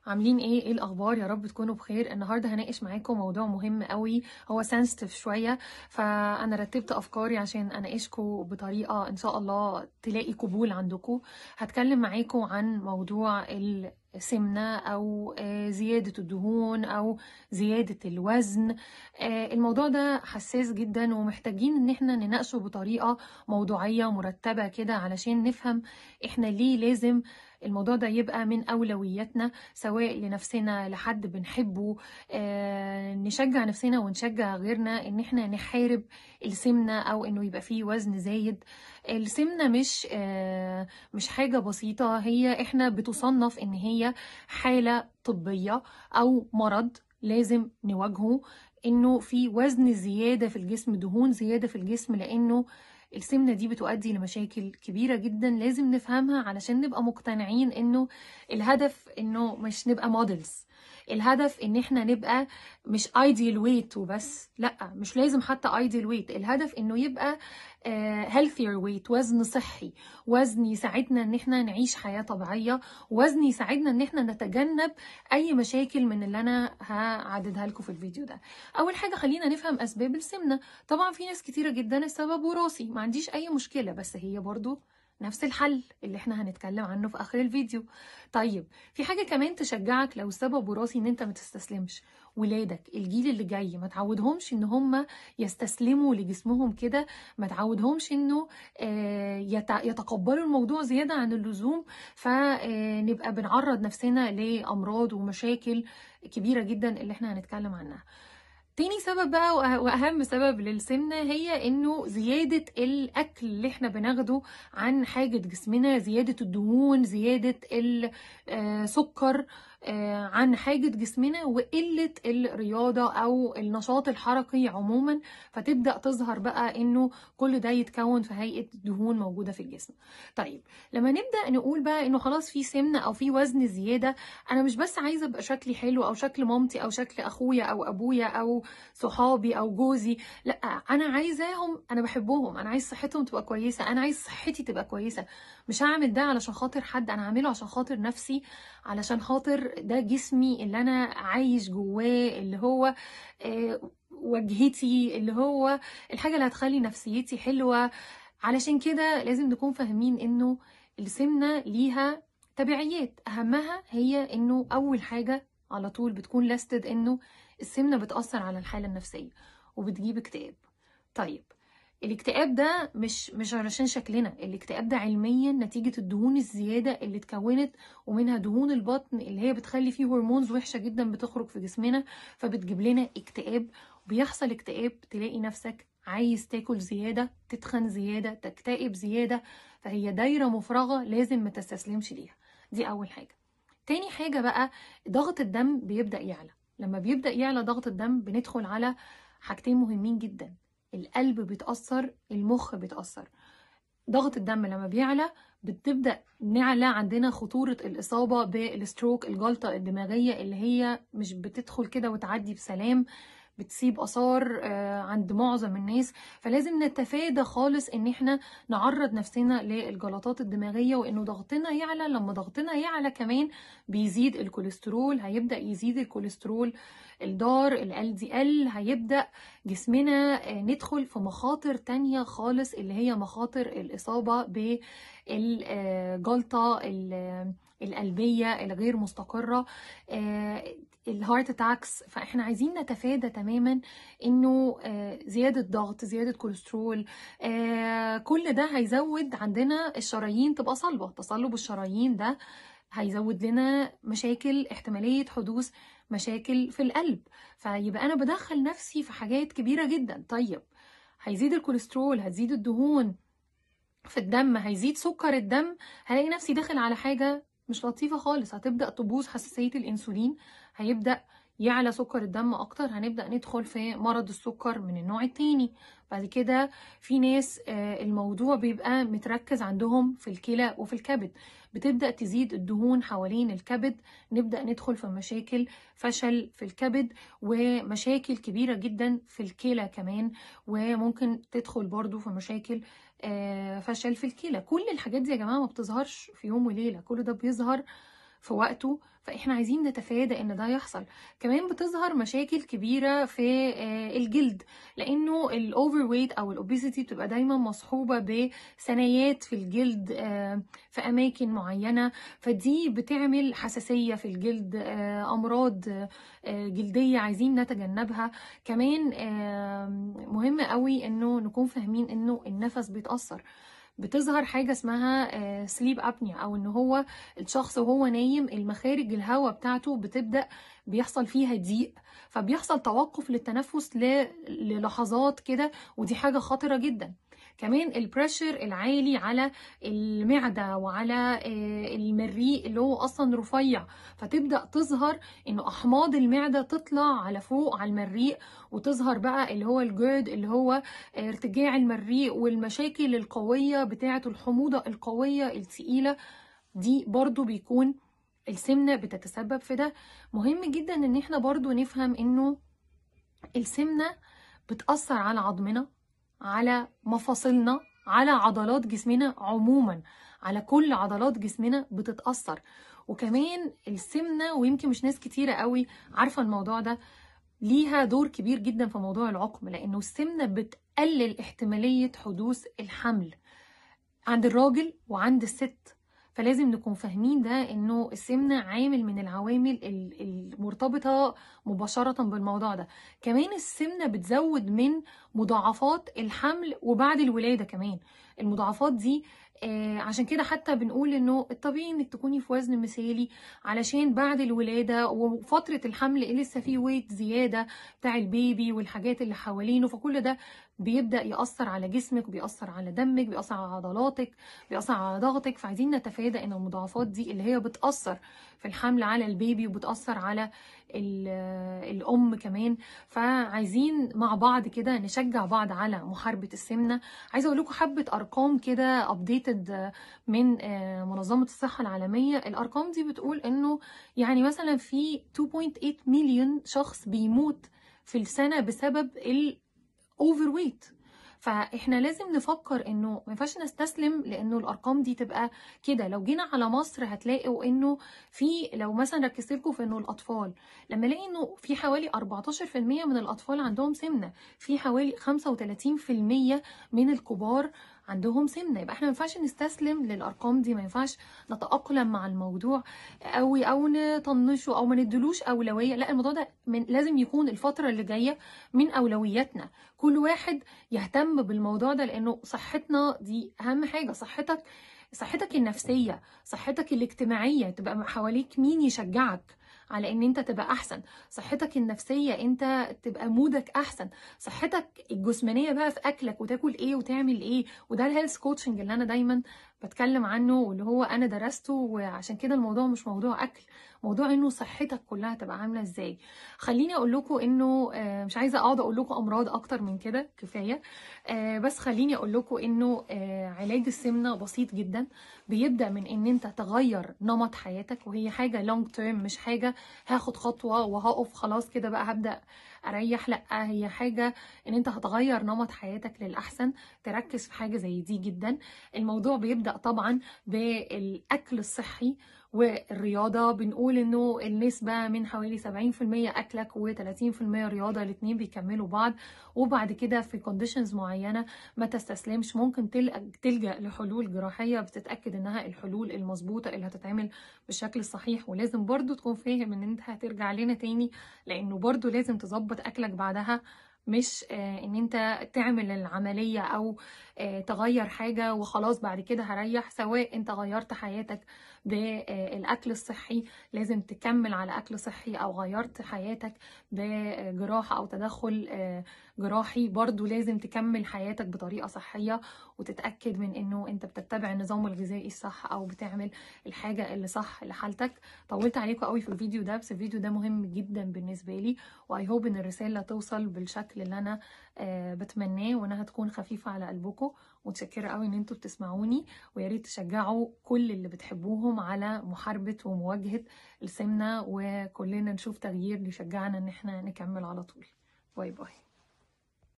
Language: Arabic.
عاملين ايه الاخبار؟ يا رب تكونوا بخير. النهارده هناقش معاكم موضوع مهم قوي، هو سنسيتيف شويه، فانا رتبت افكاري عشان اناقشكم بطريقه ان شاء الله تلاقي قبول عندكم. هتكلم معاكم عن موضوع السمنه او زياده الدهون او زياده الوزن. الموضوع ده حساس جدا ومحتاجين ان احنا نناقشه بطريقه موضوعيه مرتبه كده علشان نفهم احنا ليه لازم الموضوع ده يبقى من أولوياتنا، سواء لنفسنا لحد بنحبه. نشجع نفسنا ونشجع غيرنا ان احنا نحارب السمنة او انه يبقى فيه وزن زايد. السمنة مش حاجة بسيطة، هي احنا بتصنف ان هي حالة طبية او مرض لازم نواجهه، انه في وزن زيادة في الجسم، دهون زيادة في الجسم، لانه السمنة دي بتؤدي لمشاكل كبيرة جدا لازم نفهمها علشان نبقى مقتنعين انه الهدف انه مش نبقى موديلز، الهدف ان احنا نبقى مش ايديال ويت وبس، لا مش لازم حتى ايديال ويت، الهدف انه يبقى healthier weight، وزن صحي، وزن يساعدنا ان احنا نعيش حياة طبيعية، وزن يساعدنا ان احنا نتجنب اي مشاكل من اللي انا هعددها لكم في الفيديو ده. اول حاجة خلينا نفهم اسباب السمنة. طبعا في ناس كتيرة جدا السبب وراثي، ما عنديش اي مشكلة، بس هي برضو نفس الحل اللي احنا هنتكلم عنه في اخر الفيديو. طيب في حاجة كمان تشجعك لو السبب وراثي، ان انت ما تستسلمش. ولادك الجيل اللي جاي ما تعودهمش ان هم يستسلموا لجسمهم كده، ما تعودهمش انه يتقبلوا الموضوع زيادة عن اللزوم، فنبقى بنعرض نفسنا لامراض ومشاكل كبيرة جدا اللي احنا هنتكلم عنها. تاني سبب بقى واهم سبب للسمنة هي انه زيادة الاكل اللي احنا بناخده عن حاجة جسمنا، زيادة الدهون، زيادة السكر عن حاجة جسمنا، وقلة الرياضة او النشاط الحركي عموما، فتبدأ تظهر بقى انه كل ده يتكون في هيئة دهون موجودة في الجسم. طيب لما نبدأ نقول بقى انه خلاص في سمنة او في وزن زيادة، انا مش بس عايزة ابقى شكلي حلو او شكل مامتي او شكل اخويا او ابويا او صحابي او جوزي، لا انا عايزاهم، انا بحبهم، انا عايز صحتهم تبقى كويسه، انا عايز صحتي تبقى كويسه. مش هعمل ده علشان خاطر حد، انا هعمله عشان خاطر نفسي، علشان خاطر ده جسمي اللي انا عايش جواه، اللي هو وجهتي، اللي هو الحاجه اللي هتخلي نفسيتي حلوه. علشان كده لازم نكون فاهمين انه السمنه ليها تبعيات، اهمها هي انه اول حاجه على طول بتكون لستد انه السمنة بتأثر على الحالة النفسية وبتجيب اكتئاب. طيب الاكتئاب ده مش علشان شكلنا، الاكتئاب ده علميا نتيجة الدهون الزيادة اللي اتكونت، ومنها دهون البطن اللي هي بتخلي فيه هرمونز وحشة جدا بتخرج في جسمنا، فبتجيب لنا اكتئاب. وبيحصل اكتئاب تلاقي نفسك عايز تاكل زيادة، تتخن زيادة، تكتئب زيادة، فهي دايرة مفرغة لازم ما تستسلمش ليها. دي أول حاجة. تاني حاجة بقى، ضغط الدم بيبدأ يعلى. لما بيبدأ يعلى ضغط الدم بندخل على حاجتين مهمين جدا، القلب بيتأثر، المخ بيتأثر. ضغط الدم لما بيعلى بتبدأ نعلى عندنا خطورة الإصابة بالستروك، الجلطة الدماغية اللي هي مش بتدخل كده وتعدي بسلام، بتسيب آثار عند معظم الناس. فلازم نتفادى خالص ان احنا نعرض نفسنا للجلطات الدماغية، وانه ضغطنا يعلى. لما ضغطنا يعلى كمان بيزيد الكوليسترول، هيبدأ يزيد الكوليسترول الضار LDL، هيبدأ جسمنا ندخل في مخاطر تانية خالص، اللي هي مخاطر الإصابة بالجلطة القلبية الغير مستقرة، الهارت اتاكس. فاحنا عايزين نتفادى تماما انه زيادة ضغط، زيادة كوليسترول، كل ده هيزود عندنا الشرايين تبقى صلبة. تصلب الشرايين ده هيزود لنا مشاكل، احتمالية حدوث مشاكل في القلب، فيبقى انا بدخل نفسي في حاجات كبيرة جدا. طيب هيزيد الكوليسترول، هتزيد الدهون في الدم، هيزيد سكر الدم، هلاقي نفسي داخل على حاجة مش لطيفة خالص، هتبدأ تبوظ حساسية الأنسولين، هيبدأ يعلى سكر الدم أكتر، هنبدأ ندخل في مرض السكر من النوع التاني. بعد كده في ناس الموضوع بيبقى متركز عندهم في الكلى وفي الكبد، بتبدأ تزيد الدهون حوالين الكبد، نبدأ ندخل في مشاكل فشل في الكبد ومشاكل كبيرة جدا في الكلى كمان، وممكن تدخل برضو في مشاكل فشل في الكلى. كل الحاجات دي يا جماعة ما بتظهرش في يوم وليلة، كل ده بيظهر في وقته، فاحنا عايزين نتفادى ان ده يحصل. كمان بتظهر مشاكل كبيره في الجلد، لانه الاوفر ويت او الاوبيسيتي بتبقى دايما مصحوبه بثنايات في الجلد في اماكن معينه، فدي بتعمل حساسيه في الجلد، امراض جلديه عايزين نتجنبها. كمان مهم قوي انه نكون فاهمين انه النفس بيتاثر. بتظهر حاجة اسمها سليب أبنيا، أو إن هو الشخص وهو نايم المخارج الهواء بتاعته بتبدأ بيحصل فيها ضيق، فبيحصل توقف للتنفس للحظات كده، ودي حاجة خطرة جدا. كمان البريشر العالي على المعدة وعلى المريء اللي هو أصلا رفيع، فتبدأ تظهر إنه أحماض المعدة تطلع على فوق على المريء، وتظهر بقى اللي هو الجيرد اللي هو ارتجاع المريء، والمشاكل القوية بتاعة الحموضة القوية التقيلة دي برضو بيكون السمنة بتتسبب في ده. مهم جدا ان احنا برضو نفهم انه السمنة بتأثر على عظمنا، على مفاصلنا، على عضلات جسمنا عموما، على كل عضلات جسمنا بتتأثر. وكمان السمنة، ويمكن مش ناس كتيرة قوي عارفة الموضوع ده، ليها دور كبير جدا في موضوع العقم، لأنه السمنة بتقلل احتمالية حدوث الحمل عند الراجل وعند الست. فلازم نكون فاهمين ده، انه السمنة عامل من العوامل المرتبطة مباشرة بالموضوع ده. كمان السمنة بتزود من مضاعفات الحمل وبعد الولادة كمان. المضاعفات دي عشان كده حتى بنقول انه الطبيعي انك تكوني في وزن مثالي، علشان بعد الولادة وفترة الحمل لسه فيه ويت زيادة بتاع البيبي والحاجات اللي حوالينه، فكل ده بيبدأ يأثر على جسمك، وبيأثر على دمك، بيأثر على عضلاتك، بيأثر على ضغطك. فعايزين نتفادى ان المضاعفات دي اللي هي بتأثر في الحمل على البيبي وبتأثر على الأم كمان. فعايزين مع بعض كده نشجع بعض على محاربة السمنة. عايزة أقول لكم حبة أرقام كده أبديتد من منظمة الصحة العالمية. الأرقام دي بتقول إنه يعني مثلا في 2.8 مليون شخص بيموت في السنة بسبب اوفر ويت. فاحنا لازم نفكر انه ما ينفعش نستسلم لانه الارقام دي تبقى كده. لو جينا على مصر هتلاقوا انه في، لو مثلا ركزت لكم في انه الاطفال، لما الاقي انه في حوالي 14% من الاطفال عندهم سمنه، في حوالي 35% من الكبار عندهم سمنه، يبقى احنا ما ينفعش نستسلم للارقام دي، ما ينفعش نتاقلم مع الموضوع قوي او نطنشه او ما ندلوش اولويه. لا، الموضوع ده لازم يكون الفتره اللي جايه من اولوياتنا. كل واحد يهتم بالموضوع ده، لانه صحتنا دي اهم حاجه. صحتك النفسيه، صحتك الاجتماعيه، تبقى حواليك مين يشجعك على ان انت تبقى احسن. صحتك النفسيه، انت تبقى مودك احسن. صحتك الجسمانيه بقى في اكلك وتاكل ايه وتعمل ايه. وده الهيلث كوتشنج اللي انا دايما بتكلم عنه، واللي هو انا درسته. وعشان كده الموضوع مش موضوع اكل، موضوع انه صحتك كلها تبقى عامله ازاي. خليني اقول لكم انه مش عايزه اقعد اقول لكم امراض اكتر من كده، كفايه. بس خليني اقول لكم انه علاج السمنه بسيط جدا. بيبدا من ان انت تغير نمط حياتك، وهي حاجه لونج تيرم، مش حاجه هاخد خطوه وهقف خلاص كده بقى هبدا اريح. لا، هي حاجه ان انت هتغير نمط حياتك للاحسن. تركز في حاجه زي دي جدا. الموضوع بيبدا طبعا بالاكل الصحي والرياضة. بنقول انه النسبة من حوالي 70% اكلك و30% رياضة، الاتنين بيكملوا بعض. وبعد كده في كونديشنز معينة ما تستسلمش، ممكن تلجأ لحلول جراحية بتتأكد انها الحلول المظبوطة اللي هتتعمل بالشكل الصحيح. ولازم برضو تكون فاهم ان انت هترجع لنا تاني، لانه برضو لازم تظبط اكلك بعدها، مش ان انت تعمل العملية او تغير حاجة وخلاص بعد كده هريح. سواء انت غيرت حياتك بالاكل الصحي، لازم تكمل على اكل صحي، او غيرت حياتك بجراحة او تدخل جراحي، برضو لازم تكمل حياتك بطريقة صحية، وتتأكد من انه انت بتتبع النظام الغذائي الصح او بتعمل الحاجة اللي صح لحالتك. طولت عليكم قوي في الفيديو ده، بس الفيديو ده مهم جدا بالنسبة لي، واي هوب ان الرسالة توصل بالشكل اللي انا بتمناه، وانها تكون خفيفة على قلبكم. متشكرة قوي ان انتوا بتسمعوني، ويا ريت تشجعوا كل اللي بتحبوهم على محاربة ومواجهة السمنة، وكلنا نشوف تغيير يشجعنا ان احنا نكمل على طول. باي باي.